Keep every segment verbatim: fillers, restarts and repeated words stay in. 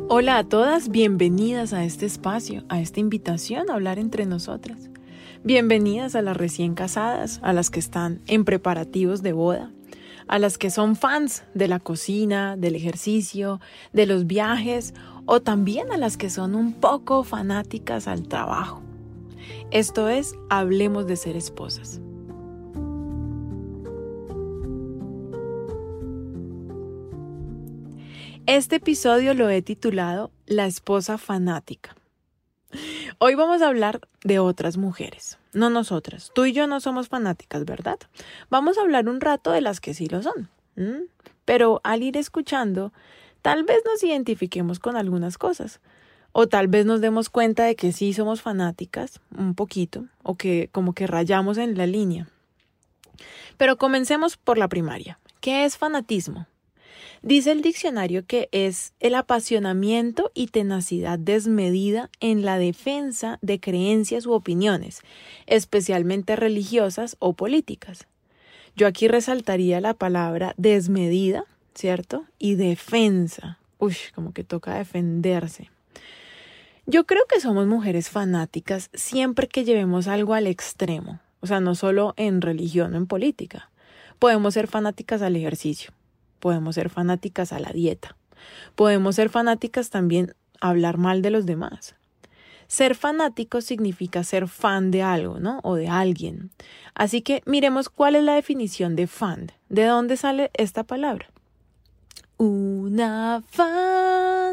Hola a todas, bienvenidas a este espacio, a esta invitación a hablar entre nosotras. Bienvenidas a las recién casadas, a las que están en preparativos de boda, a las que son fans de la cocina, del ejercicio, de los viajes o también a las que son un poco fanáticas al trabajo. Esto es Hablemos de Ser Esposas. Este episodio lo he titulado La esposa fanática. Hoy vamos a hablar de otras mujeres, no nosotras. Tú y yo no somos fanáticas, ¿verdad? Vamos a hablar un rato de las que sí lo son. ¿Mm? Pero al ir escuchando, tal vez nos identifiquemos con algunas cosas. O tal vez nos demos cuenta de que sí somos fanáticas, un poquito, o que como que rayamos en la línea. Pero comencemos por la primaria. ¿Qué es fanatismo? Dice el diccionario que es el apasionamiento y tenacidad desmedida en la defensa de creencias u opiniones, especialmente religiosas o políticas. Yo aquí resaltaría la palabra desmedida, ¿cierto? Y defensa. Uy, como que toca defenderse. Yo creo que somos mujeres fanáticas siempre que llevemos algo al extremo. O sea, no solo en religión o en política. Podemos ser fanáticas al ejercicio. Podemos ser fanáticas a la dieta. Podemos ser fanáticas también a hablar mal de los demás. Ser fanático significa ser fan de algo, ¿no? O de alguien. Así que miremos cuál es la definición de fan. ¿De dónde sale esta palabra? Una fan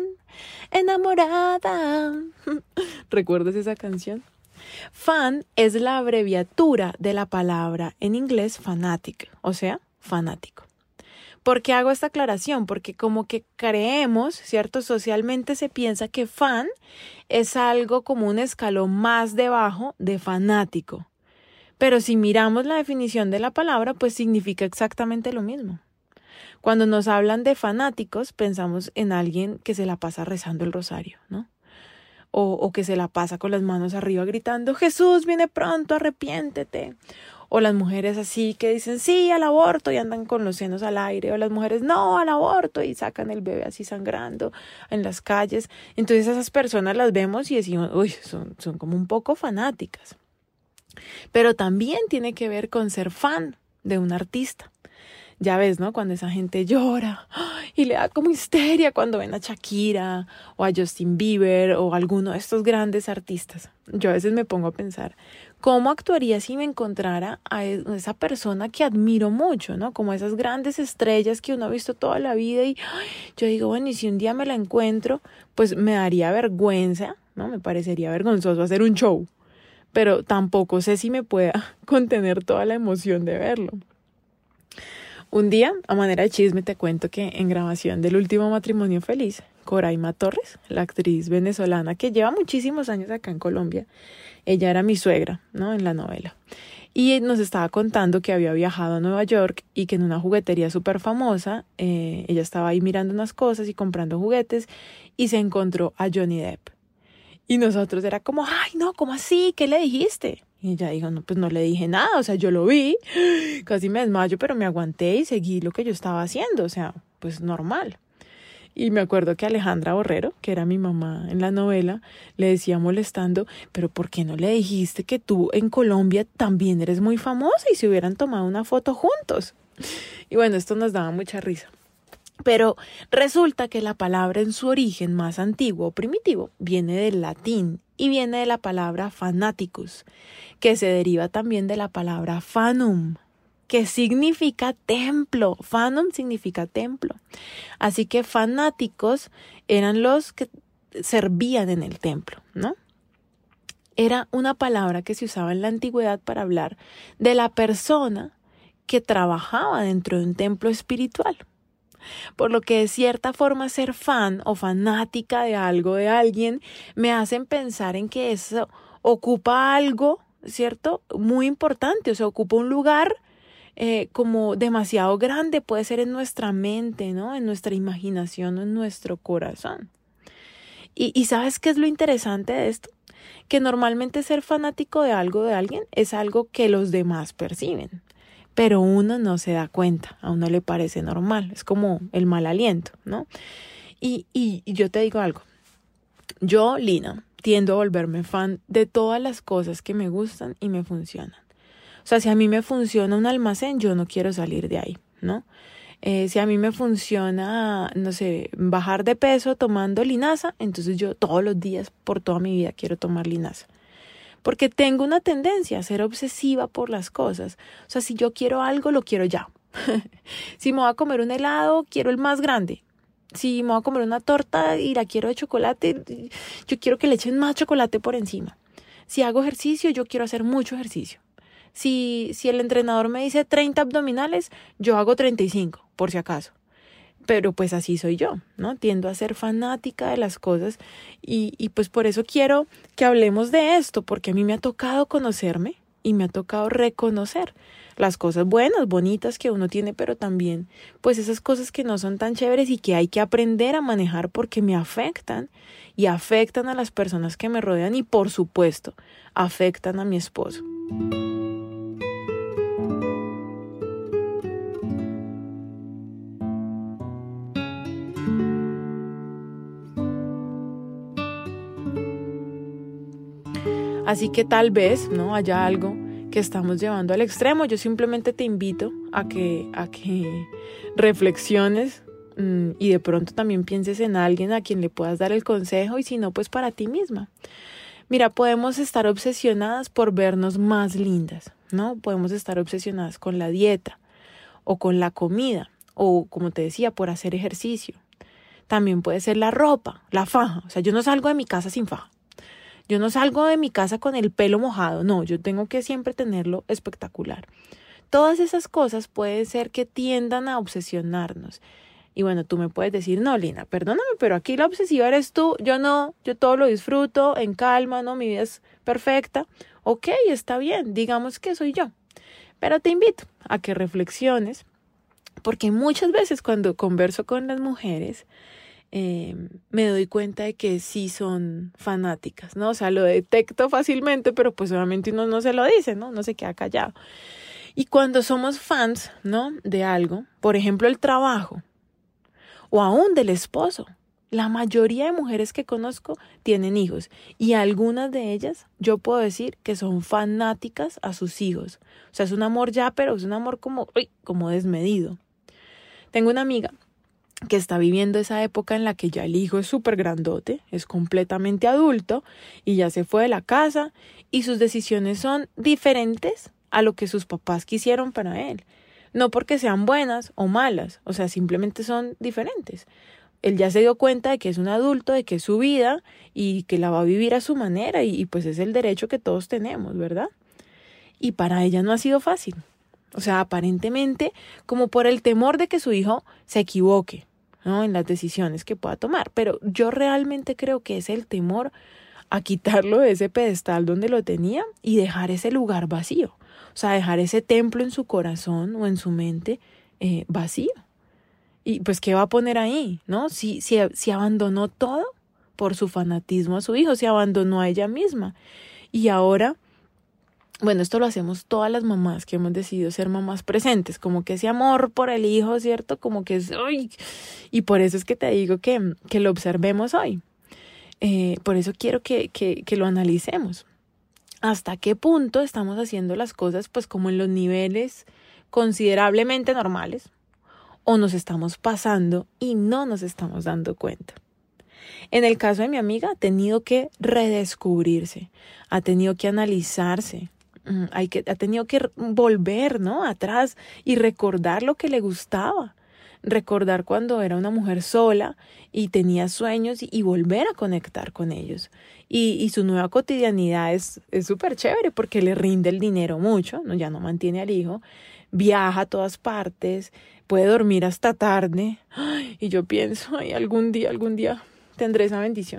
enamorada. ¿Recuerdas esa canción? Fan es la abreviatura de la palabra en inglés fanatic, o sea, fanático. ¿Por qué hago esta aclaración? Porque como que creemos, ¿cierto? Socialmente se piensa que fan es algo como un escalón más debajo de fanático. Pero si miramos la definición de la palabra, pues significa exactamente lo mismo. Cuando nos hablan de fanáticos, pensamos en alguien que se la pasa rezando el rosario, ¿no? O, o que se la pasa con las manos arriba gritando, Jesús viene pronto, arrepiéntete. O las mujeres así que dicen sí al aborto y andan con los senos al aire. O las mujeres no al aborto y sacan el bebé así sangrando en las calles. Entonces esas personas las vemos y decimos, uy, son, son como un poco fanáticas. Pero también tiene que ver con ser fan de un artista. Ya ves, ¿no? Cuando esa gente llora y le da como histeria cuando ven a Shakira o a Justin Bieber o a alguno de estos grandes artistas. Yo a veces me pongo a pensar, ¿cómo actuaría si me encontrara a esa persona que admiro mucho, ¿no? Como esas grandes estrellas que uno ha visto toda la vida y ay, yo digo, bueno, y si un día me la encuentro, pues me daría vergüenza, ¿no? Me parecería vergonzoso hacer un show, pero tampoco sé si me pueda contener toda la emoción de verlo. Un día, a manera de chisme, te cuento que en grabación del último matrimonio feliz, Coraima Torres, la actriz venezolana que lleva muchísimos años acá en Colombia, ella era mi suegra, ¿no? En la novela. Y nos estaba contando que había viajado a Nueva York y que en una juguetería súper famosa, eh, ella estaba ahí mirando unas cosas y comprando juguetes y se encontró a Johnny Depp. Y nosotros era como, ay, no, ¿cómo así? ¿Qué le dijiste? Y ella dijo, no, pues no le dije nada, o sea, yo lo vi, casi me desmayo, pero me aguanté y seguí lo que yo estaba haciendo, o sea, pues normal. Y me acuerdo que Alejandra Borrero, que era mi mamá en la novela, le decía molestando, pero ¿por qué no le dijiste que tú en Colombia también eres muy famosa y se hubieran tomado una foto juntos? Y bueno, esto nos daba mucha risa. Pero resulta que la palabra en su origen más antiguo o primitivo viene del latín y viene de la palabra fanaticus, que se deriva también de la palabra fanum, que significa templo. Fanum significa templo. Así que fanáticos eran los que servían en el templo, ¿no? Era una palabra que se usaba en la antigüedad para hablar de la persona que trabajaba dentro de un templo espiritual. Por lo que de cierta forma ser fan o fanática de algo, de alguien, me hacen pensar en que eso ocupa algo, ¿cierto? Muy importante, o sea, ocupa un lugar eh, como demasiado grande, puede ser en nuestra mente, ¿no? En nuestra imaginación o en nuestro corazón. Y, y ¿sabes qué es lo interesante de esto? Que normalmente ser fanático de algo, de alguien, es algo que los demás perciben. Pero uno no se da cuenta, a uno le parece normal, es como el mal aliento, ¿no? Y, y, y yo te digo algo, yo, Lina, tiendo a volverme fan de todas las cosas que me gustan y me funcionan. O sea, si a mí me funciona un almacén, yo no quiero salir de ahí, ¿no? Eh, si a mí me funciona, no sé, bajar de peso tomando linaza, entonces yo todos los días, por toda mi vida, quiero tomar linaza. Porque tengo una tendencia a ser obsesiva por las cosas. O sea, si yo quiero algo, lo quiero ya. Si me voy a comer un helado, quiero el más grande. Si me voy a comer una torta y la quiero de chocolate, yo quiero que le echen más chocolate por encima. Si hago ejercicio, yo quiero hacer mucho ejercicio. Si, si el entrenador me dice treinta abdominales, yo hago treinta y cinco, por si acaso. Pero pues así soy yo, ¿no? Tiendo a ser fanática de las cosas y, y pues por eso quiero que hablemos de esto, porque a mí me ha tocado conocerme y me ha tocado reconocer las cosas buenas, bonitas que uno tiene, pero también pues esas cosas que no son tan chéveres y que hay que aprender a manejar porque me afectan y afectan a las personas que me rodean y por supuesto afectan a mi esposo. Así que tal vez, ¿no?, haya algo que estamos llevando al extremo. Yo simplemente te invito a que, a que reflexiones mmm, y de pronto también pienses en alguien a quien le puedas dar el consejo y si no, pues para ti misma. Mira, podemos estar obsesionadas por vernos más lindas, ¿no? Podemos estar obsesionadas con la dieta o con la comida o, como te decía, por hacer ejercicio. También puede ser la ropa, la faja. O sea, yo no salgo de mi casa sin faja. Yo no salgo de mi casa con el pelo mojado, no, yo tengo que siempre tenerlo espectacular. Todas esas cosas puede ser que tiendan a obsesionarnos. Y bueno, tú me puedes decir, no, Lina, perdóname, pero aquí la obsesiva eres tú, yo no, yo todo lo disfruto en calma, ¿no? Mi vida es perfecta. Ok, está bien, digamos que soy yo. Pero te invito a que reflexiones, porque muchas veces cuando converso con las mujeres, Eh, me doy cuenta de que sí son fanáticas, ¿no? O sea, lo detecto fácilmente, pero pues obviamente uno no se lo dice, ¿no? No se queda callado. Y cuando somos fans, ¿no?, de algo, por ejemplo, el trabajo, o aún del esposo, la mayoría de mujeres que conozco tienen hijos y algunas de ellas yo puedo decir que son fanáticas a sus hijos. O sea, es un amor ya, pero es un amor como, uy, como desmedido. Tengo una amiga que está viviendo esa época en la que ya el hijo es súper grandote, es completamente adulto y ya se fue de la casa y sus decisiones son diferentes a lo que sus papás quisieron para él. No porque sean buenas o malas, o sea, simplemente son diferentes. Él ya se dio cuenta de que es un adulto, de que es su vida y que la va a vivir a su manera y, y pues es el derecho que todos tenemos, ¿verdad? Y para ella no ha sido fácil. O sea, aparentemente como por el temor de que su hijo se equivoque, ¿no?, en las decisiones que pueda tomar. Pero yo realmente creo que es el temor a quitarlo de ese pedestal donde lo tenía y dejar ese lugar vacío. O sea, dejar ese templo en su corazón o en su mente eh, vacío. Y pues, ¿qué va a poner ahí, no? Si, si, si abandonó todo por su fanatismo a su hijo, se abandonó a ella misma. Y ahora, bueno, esto lo hacemos todas las mamás que hemos decidido ser mamás presentes, como que ese amor por el hijo, ¿cierto? Como que es, ¡ay! Y por eso es que te digo que, que lo observemos hoy. Eh, por eso quiero que, que, que lo analicemos. ¿Hasta qué punto estamos haciendo las cosas pues como en los niveles considerablemente normales? ¿O nos estamos pasando y no nos estamos dando cuenta? En el caso de mi amiga, ha tenido que redescubrirse, ha tenido que analizarse, Hay que, ha tenido que volver, ¿no?, atrás y recordar lo que le gustaba, recordar cuando era una mujer sola y tenía sueños y, y volver a conectar con ellos. Y, y su nueva cotidianidad es es súper chévere porque le rinde el dinero mucho, ¿no? Ya no mantiene al hijo, viaja a todas partes, puede dormir hasta tarde. Ay, y yo pienso, ay, algún día, algún día tendré esa bendición.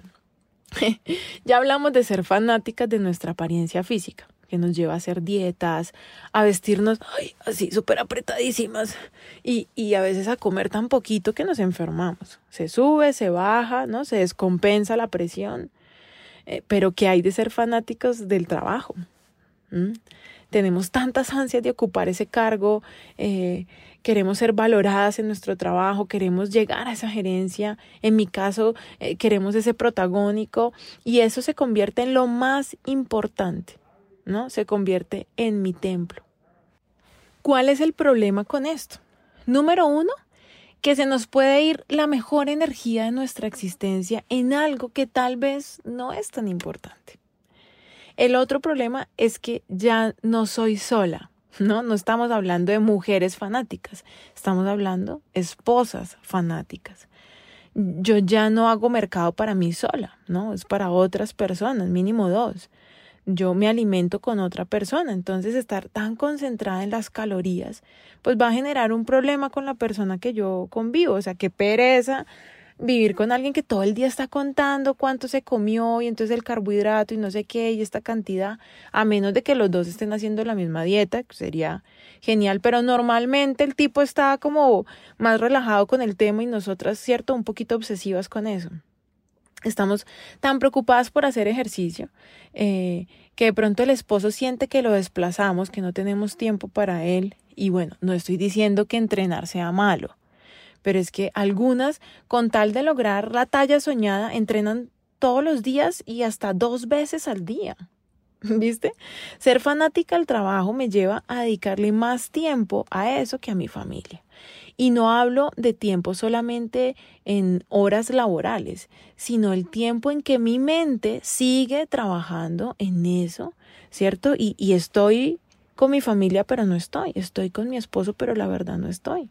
Ya hablamos de ser fanáticas de nuestra apariencia física, que nos lleva a hacer dietas, a vestirnos ay, así súper apretadísimas y, y a veces a comer tan poquito que nos enfermamos. Se sube, se baja, ¿no? Se descompensa la presión. Eh, pero ¿qué hay de ser fanáticos del trabajo? ¿Mm? Tenemos tantas ansias de ocupar ese cargo eh, queremos ser valoradas en nuestro trabajo, queremos llegar a esa gerencia, en mi caso eh, queremos ese protagónico y eso se convierte en lo más importante, ¿no? Se convierte en mi templo. ¿Cuál es el problema con esto? Número uno, que se nos puede ir la mejor energía de nuestra existencia en algo que tal vez no es tan importante. El otro problema es que ya no soy sola, ¿no? No estamos hablando de mujeres fanáticas, estamos hablando de esposas fanáticas. Yo ya no hago mercado para mí sola, ¿no? Es para otras personas, mínimo dos. Yo me alimento con otra persona, entonces estar tan concentrada en las calorías, pues va a generar un problema con la persona que yo convivo, o sea, qué pereza vivir con alguien que todo el día está contando cuánto se comió y entonces el carbohidrato y no sé qué y esta cantidad, a menos de que los dos estén haciendo la misma dieta, que sería genial, pero normalmente el tipo está como más relajado con el tema y nosotras, cierto, un poquito obsesivas con eso. Estamos tan preocupadas por hacer ejercicio eh, que de pronto el esposo siente que lo desplazamos, que no tenemos tiempo para él. Y bueno, no estoy diciendo que entrenar sea malo, pero es que algunas, con tal de lograr la talla soñada, entrenan todos los días y hasta dos veces al día. ¿Viste? Ser fanática al trabajo me lleva a dedicarle más tiempo a eso que a mi familia. Y no hablo de tiempo solamente en horas laborales, sino el tiempo en que mi mente sigue trabajando en eso, ¿cierto? Y, y estoy con mi familia, pero no estoy. Estoy con mi esposo, pero la verdad no estoy.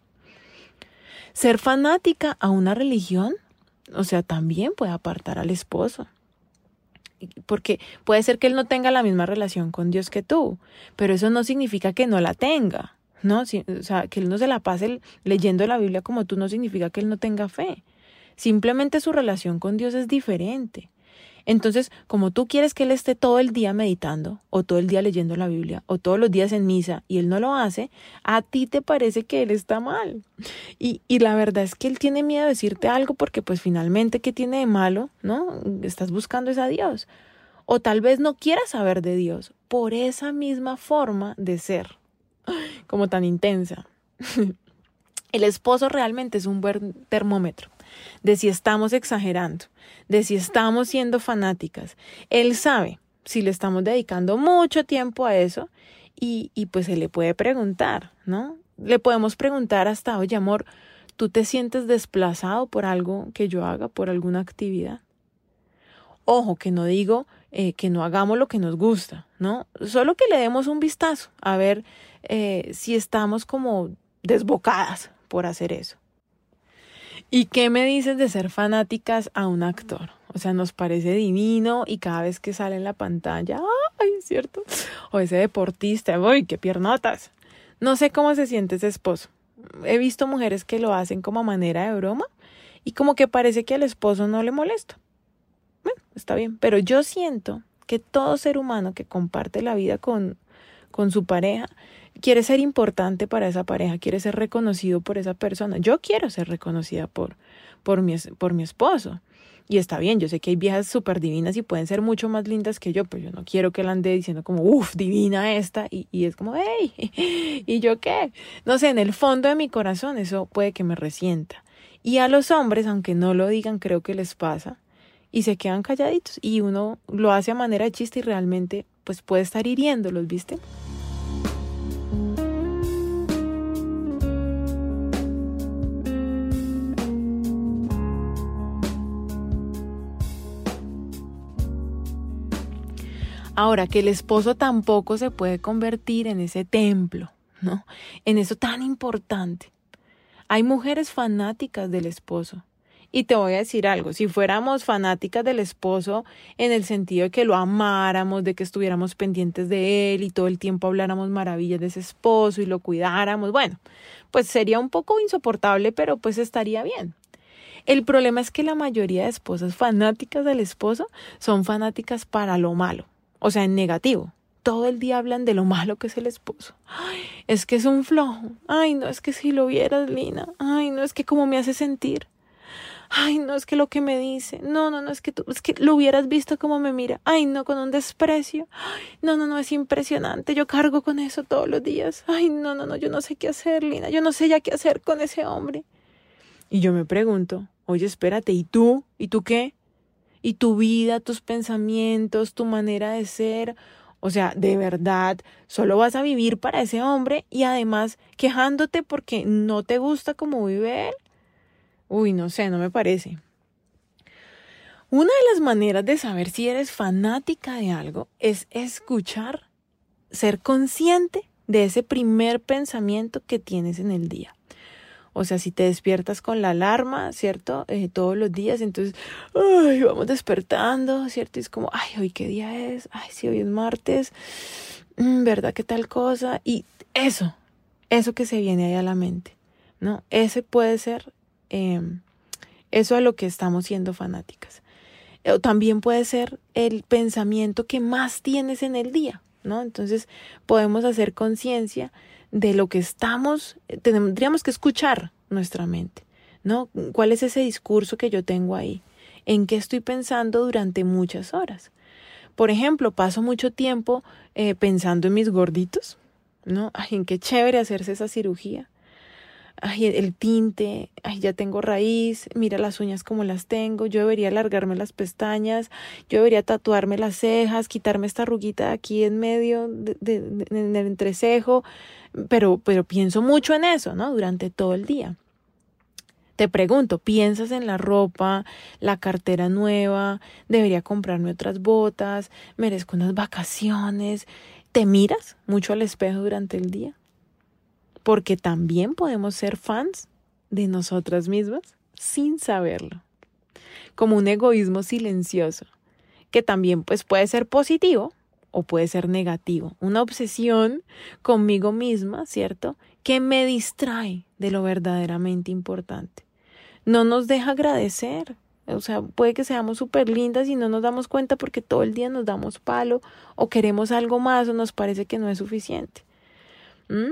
Ser fanática a una religión, o sea, también puede apartar al esposo. Porque puede ser que él no tenga la misma relación con Dios que tú, pero eso no significa que no la tenga. No, sí, o sea, que él no se la pase leyendo la Biblia como tú no significa que él no tenga fe. Simplemente su relación con Dios es diferente. Entonces, como tú quieres que él esté todo el día meditando, o todo el día leyendo la Biblia, o todos los días en misa, y él no lo hace, a ti te parece que él está mal. Y, y la verdad es que él tiene miedo de decirte algo porque pues finalmente, ¿qué tiene de malo? ¿No? Estás buscando es a Dios. O tal vez no quieras saber de Dios por esa misma forma de ser. Como tan intensa. El esposo realmente es un buen termómetro de si estamos exagerando, de si estamos siendo fanáticas. Él sabe si le estamos dedicando mucho tiempo a eso y, y pues se le puede preguntar, ¿no? Le podemos preguntar hasta, oye, amor, ¿tú te sientes desplazado por algo que yo haga, por alguna actividad? Ojo, que no digo eh, que no hagamos lo que nos gusta, ¿no? Solo que le demos un vistazo a ver eh, si estamos como desbocadas por hacer eso. ¿Y qué me dices de ser fanáticas a un actor? O sea, nos parece divino y cada vez que sale en la pantalla, ¡ay, cierto! O ese deportista, ¡ay, qué piernotas! No sé cómo se siente ese esposo. He visto mujeres que lo hacen como manera de broma y como que parece que al esposo no le molesta. Bueno, está bien, pero yo siento que todo ser humano que comparte la vida con, con su pareja quiere ser importante para esa pareja, quiere ser reconocido por esa persona. Yo quiero ser reconocida por, por, mi, por mi esposo. Y está bien, yo sé que hay viejas súper divinas y pueden ser mucho más lindas que yo, pero yo no quiero que él ande diciendo como, uff, divina esta, y, y es como, hey, ¿y yo qué? No sé, en el fondo de mi corazón eso puede que me resienta. Y a los hombres, aunque no lo digan, creo que les pasa, y se quedan calladitos, y uno lo hace a manera de chiste y realmente pues puede estar hiriéndolos, ¿viste? Ahora, que el esposo tampoco se puede convertir en ese templo, ¿no? En eso tan importante. Hay mujeres fanáticas del esposo. Y te voy a decir algo, si fuéramos fanáticas del esposo en el sentido de que lo amáramos, de que estuviéramos pendientes de él y todo el tiempo habláramos maravillas de ese esposo y lo cuidáramos, bueno, pues sería un poco insoportable, pero pues estaría bien. El problema es que la mayoría de esposas fanáticas del esposo son fanáticas para lo malo, o sea, en negativo. Todo el día hablan de lo malo que es el esposo. Ay, es que es un flojo. Ay, no, es que si lo vieras, Lina. Ay, no, es que cómo me hace sentir. Ay, no, es que lo que me dice. No, no, no, es que tú, es que lo hubieras visto cómo me mira. Ay, no, con un desprecio. Ay, no, no, no, es impresionante. Yo cargo con eso todos los días. Ay, no, no, no, yo no sé qué hacer, Lina. Yo no sé ya qué hacer con ese hombre. Y yo me pregunto, oye, espérate, ¿y tú? ¿Y tú qué? ¿Y tu vida, tus pensamientos, tu manera de ser? O sea, de verdad, solo vas a vivir para ese hombre y además quejándote porque no te gusta cómo vive él. Uy, no sé, no me parece. Una de las maneras de saber si eres fanática de algo es escuchar, ser consciente de ese primer pensamiento que tienes en el día. O sea, si te despiertas con la alarma, ¿cierto? Eh, todos los días, entonces, ay, vamos despertando, ¿cierto? Y es como, ay, ¿hoy qué día es? Ay, sí, hoy es martes, mm, ¿verdad? ¿Qué tal cosa? Y eso, eso que se viene ahí a la mente, ¿no? Ese puede ser eh, eso a lo que estamos siendo fanáticas. O también puede ser el pensamiento que más tienes en el día, ¿no? Entonces, podemos hacer conciencia de lo que estamos, tendríamos que escuchar nuestra mente, ¿no? ¿Cuál es ese discurso que yo tengo ahí? ¿En qué estoy pensando durante muchas horas? Por ejemplo, paso mucho tiempo eh, pensando en mis gorditos, ¿no? Ay, en qué chévere hacerse esa cirugía. Ay, el tinte, ay, ya tengo raíz, mira las uñas como las tengo, yo debería alargarme las pestañas, yo debería tatuarme las cejas, quitarme esta arruguita de aquí en medio, de, de, de, en el entrecejo, pero, pero pienso mucho en eso, ¿no? Durante todo el día. Te pregunto, ¿piensas en la ropa, la cartera nueva, debería comprarme otras botas, merezco unas vacaciones? ¿Te miras mucho al espejo durante el día? Porque también podemos ser fans de nosotras mismas sin saberlo. Como un egoísmo silencioso, que también pues, puede ser positivo o puede ser negativo. Una obsesión conmigo misma, ¿cierto? Que me distrae de lo verdaderamente importante. No nos deja agradecer. O sea, puede que seamos súper lindas y no nos damos cuenta porque todo el día nos damos palo o queremos algo más o nos parece que no es suficiente. ¿Mm?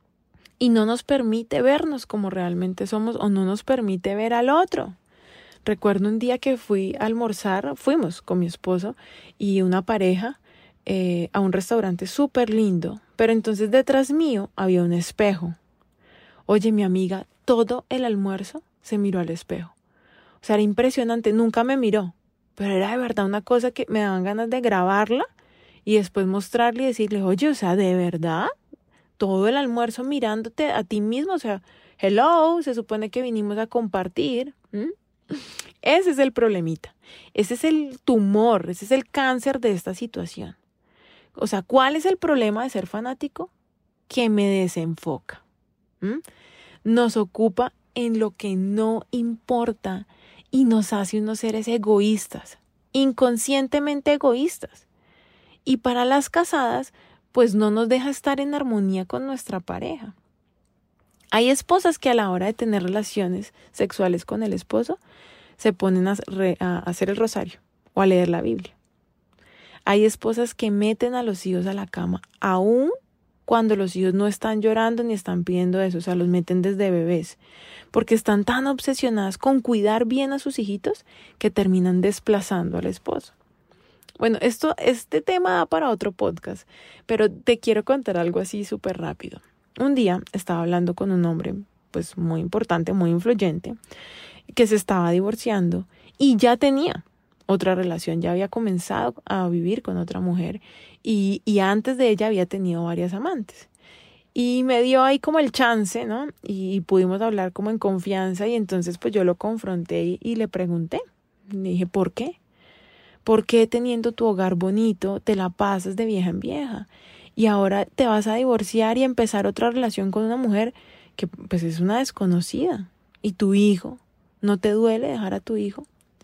Y no nos permite vernos como realmente somos o no nos permite ver al otro. Recuerdo un día que fui a almorzar, fuimos con mi esposo y una pareja eh, a un restaurante súper lindo, pero entonces detrás mío había un espejo. Oye, mi amiga, todo el almuerzo se miró al espejo. O sea, era impresionante, nunca me miró, pero era de verdad una cosa que me daban ganas de grabarla y después mostrarle y decirle, oye, o sea, ¿de verdad? Todo el almuerzo mirándote a ti mismo, o sea, hello, se supone que vinimos a compartir. ¿Mm? Ese es el problemita, ese es el tumor, ese es el cáncer de esta situación. O sea, ¿cuál es el problema de ser fanático? Que me desenfoca. ¿Mm? Nos ocupa en lo que no importa y nos hace unos seres egoístas, inconscientemente egoístas. Y para las casadas, pues no nos deja estar en armonía con nuestra pareja. Hay esposas que a la hora de tener relaciones sexuales con el esposo se ponen a, re, a hacer el rosario o a leer la Biblia. Hay esposas que meten a los hijos a la cama aún cuando los hijos no están llorando ni están pidiendo eso, o sea, los meten desde bebés, porque están tan obsesionadas con cuidar bien a sus hijitos que terminan desplazando al esposo. Bueno, esto, este tema da para otro podcast, pero te quiero contar algo así súper rápido. Un día estaba hablando con un hombre, pues muy importante, muy influyente, que se estaba divorciando y ya tenía otra relación, ya había comenzado a vivir con otra mujer y, y antes de ella había tenido varias amantes. Y me dio ahí como el chance, ¿no? Y, y pudimos hablar como en confianza y entonces pues yo lo confronté y, y le pregunté. Le dije, ¿por qué? ¿Por qué teniendo tu hogar bonito te la pasas de vieja en vieja? Y ahora te vas a divorciar y empezar otra relación con una mujer que pues es una desconocida. ¿Y tu hijo? ¿No te duele dejar a tu hijo?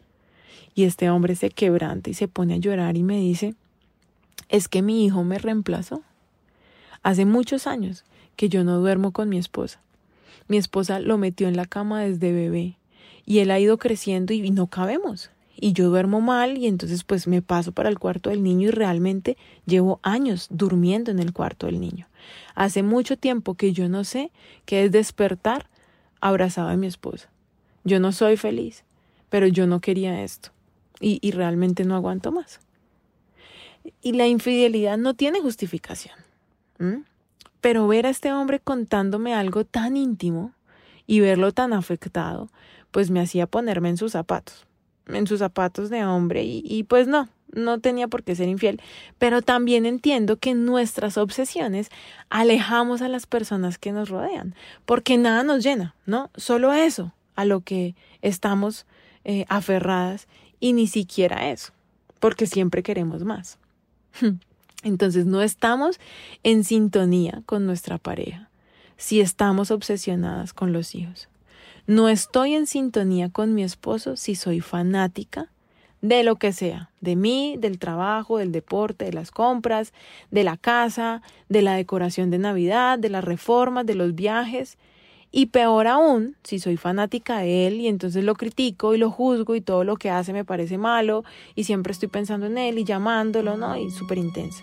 Y este hombre se quebranta y se pone a llorar y me dice, es que mi hijo me reemplazó. Hace muchos años que yo no duermo con mi esposa. Mi esposa lo metió en la cama desde bebé y él ha ido creciendo y no cabemos. Y yo duermo mal y entonces pues me paso para el cuarto del niño y realmente llevo años durmiendo en el cuarto del niño. Hace mucho tiempo que yo no sé qué es despertar abrazado a mi esposa. Yo no soy feliz. pero yo no quería esto y, y realmente no aguanto más. Y la infidelidad no tiene justificación. ¿Mm? Pero ver a este hombre contándome algo tan íntimo y verlo tan afectado, pues me hacía ponerme en sus zapatos, en sus zapatos de hombre y, y pues no, no tenía por qué ser infiel. Pero también entiendo que en nuestras obsesiones alejamos a las personas que nos rodean, porque nada nos llena, ¿no? Solo eso a lo que estamos eh, aferradas y ni siquiera eso, porque siempre queremos más. Entonces no estamos en sintonía con nuestra pareja si estamos obsesionadas con los hijos. No estoy en sintonía con mi esposo si soy fanática de lo que sea, de mí, del trabajo, del deporte, de las compras, de la casa, de la decoración de Navidad, de las reformas, de los viajes. Y peor aún, si soy fanática de él y entonces lo critico y lo juzgo y todo lo que hace me parece malo y siempre estoy pensando en él y llamándolo, ¿no? Y súper intensa.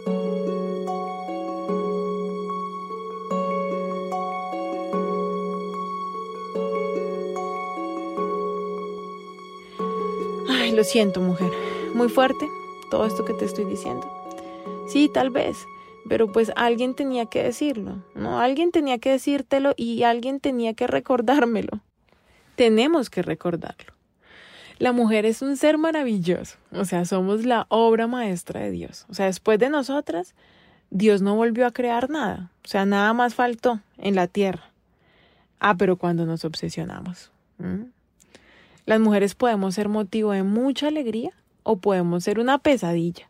Ay, lo siento, mujer. Muy fuerte todo esto que te estoy diciendo. Sí, tal vez. Pero pues alguien tenía que decirlo, ¿no? Alguien tenía que decírtelo y alguien tenía que recordármelo. Tenemos que recordarlo. La mujer es un ser maravilloso, o sea, somos la obra maestra de Dios. O sea, después de nosotras, Dios no volvió a crear nada. O sea, nada más faltó en la tierra. Ah, pero cuando nos obsesionamos. ¿Mm? Las mujeres podemos ser motivo de mucha alegría o podemos ser una pesadilla.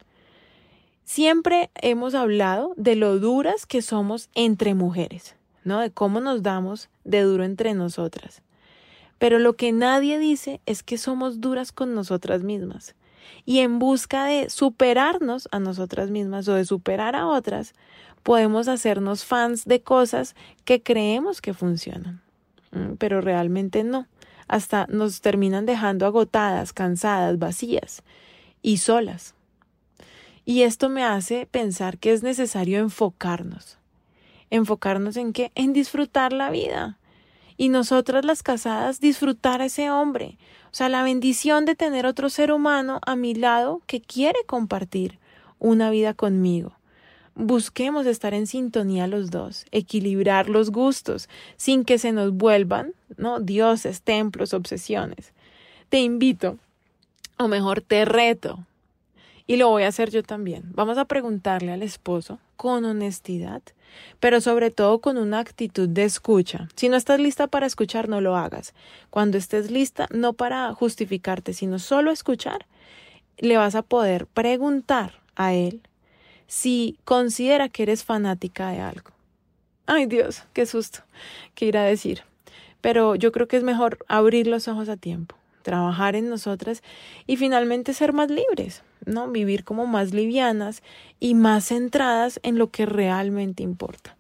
Siempre hemos hablado de lo duras que somos entre mujeres, ¿no? De cómo nos damos de duro entre nosotras. Pero lo que nadie dice es que somos duras con nosotras mismas. Y en busca de superarnos a nosotras mismas o de superar a otras, podemos hacernos fans de cosas que creemos que funcionan. Pero realmente no. Hasta nos terminan dejando agotadas, cansadas, vacías y solas. Y esto me hace pensar que es necesario enfocarnos. ¿Enfocarnos en qué? En disfrutar la vida. Y nosotras las casadas disfrutar a ese hombre. O sea, la bendición de tener otro ser humano a mi lado que quiere compartir una vida conmigo. Busquemos estar en sintonía los dos, equilibrar los gustos sin que se nos vuelvan, ¿no? dioses, templos, obsesiones. Te invito, o mejor te reto, y lo voy a hacer yo también. Vamos a preguntarle al esposo con honestidad, pero sobre todo con una actitud de escucha. Si no estás lista para escuchar, no lo hagas. Cuando estés lista, no para justificarte, sino solo escuchar, le vas a poder preguntar a él si considera que eres fanática de algo. Ay, Dios, qué susto, qué irá a decir. Pero yo creo que es mejor abrir los ojos a tiempo, trabajar en nosotras y finalmente ser más libres, ¿no? Vivir como más livianas y más centradas en lo que realmente importa.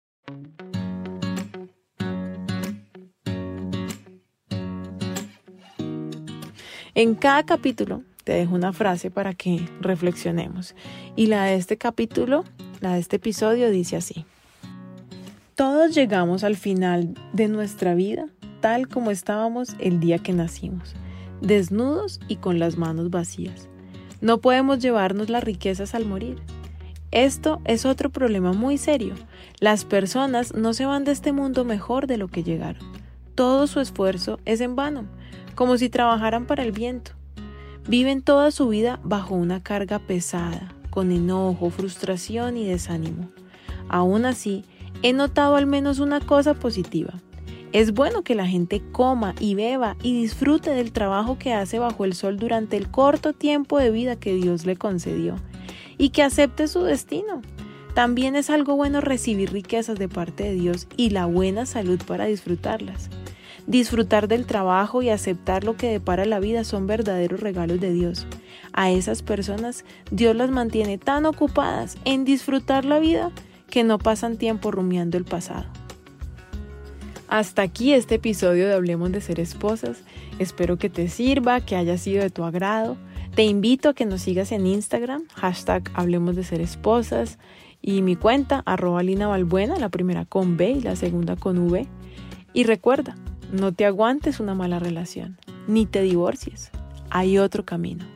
En cada capítulo te dejo una frase para que reflexionemos. Y la de este capítulo, la de este episodio dice así: todos llegamos al final de nuestra vida tal como estábamos el día que nacimos, desnudos y con las manos vacías. No podemos llevarnos las riquezas al morir. Esto es otro problema muy serio. Las personas no se van de este mundo mejor de lo que llegaron. Todo su esfuerzo es en vano, como si trabajaran para el viento. Viven toda su vida bajo una carga pesada, con enojo, frustración y desánimo. Aún así, he notado al menos una cosa positiva. Es bueno que la gente coma y beba y disfrute del trabajo que hace bajo el sol durante el corto tiempo de vida que Dios le concedió y que acepte su destino. También es algo bueno recibir riquezas de parte de Dios y la buena salud para disfrutarlas. Disfrutar del trabajo y aceptar lo que depara la vida son verdaderos regalos de Dios. A esas personas Dios las mantiene tan ocupadas en disfrutar la vida que no pasan tiempo rumiando el pasado. Hasta aquí este episodio de Hablemos de Ser Esposas. Espero que te sirva, que haya sido de tu agrado. Te invito a que nos sigas en Instagram, hashtag Hablemos de Ser Esposas, y mi cuenta, arroba Lina Balbuena, la primera con B y la segunda con V. Y recuerda, no te aguantes una mala relación. ni te divorcies. Hay otro camino.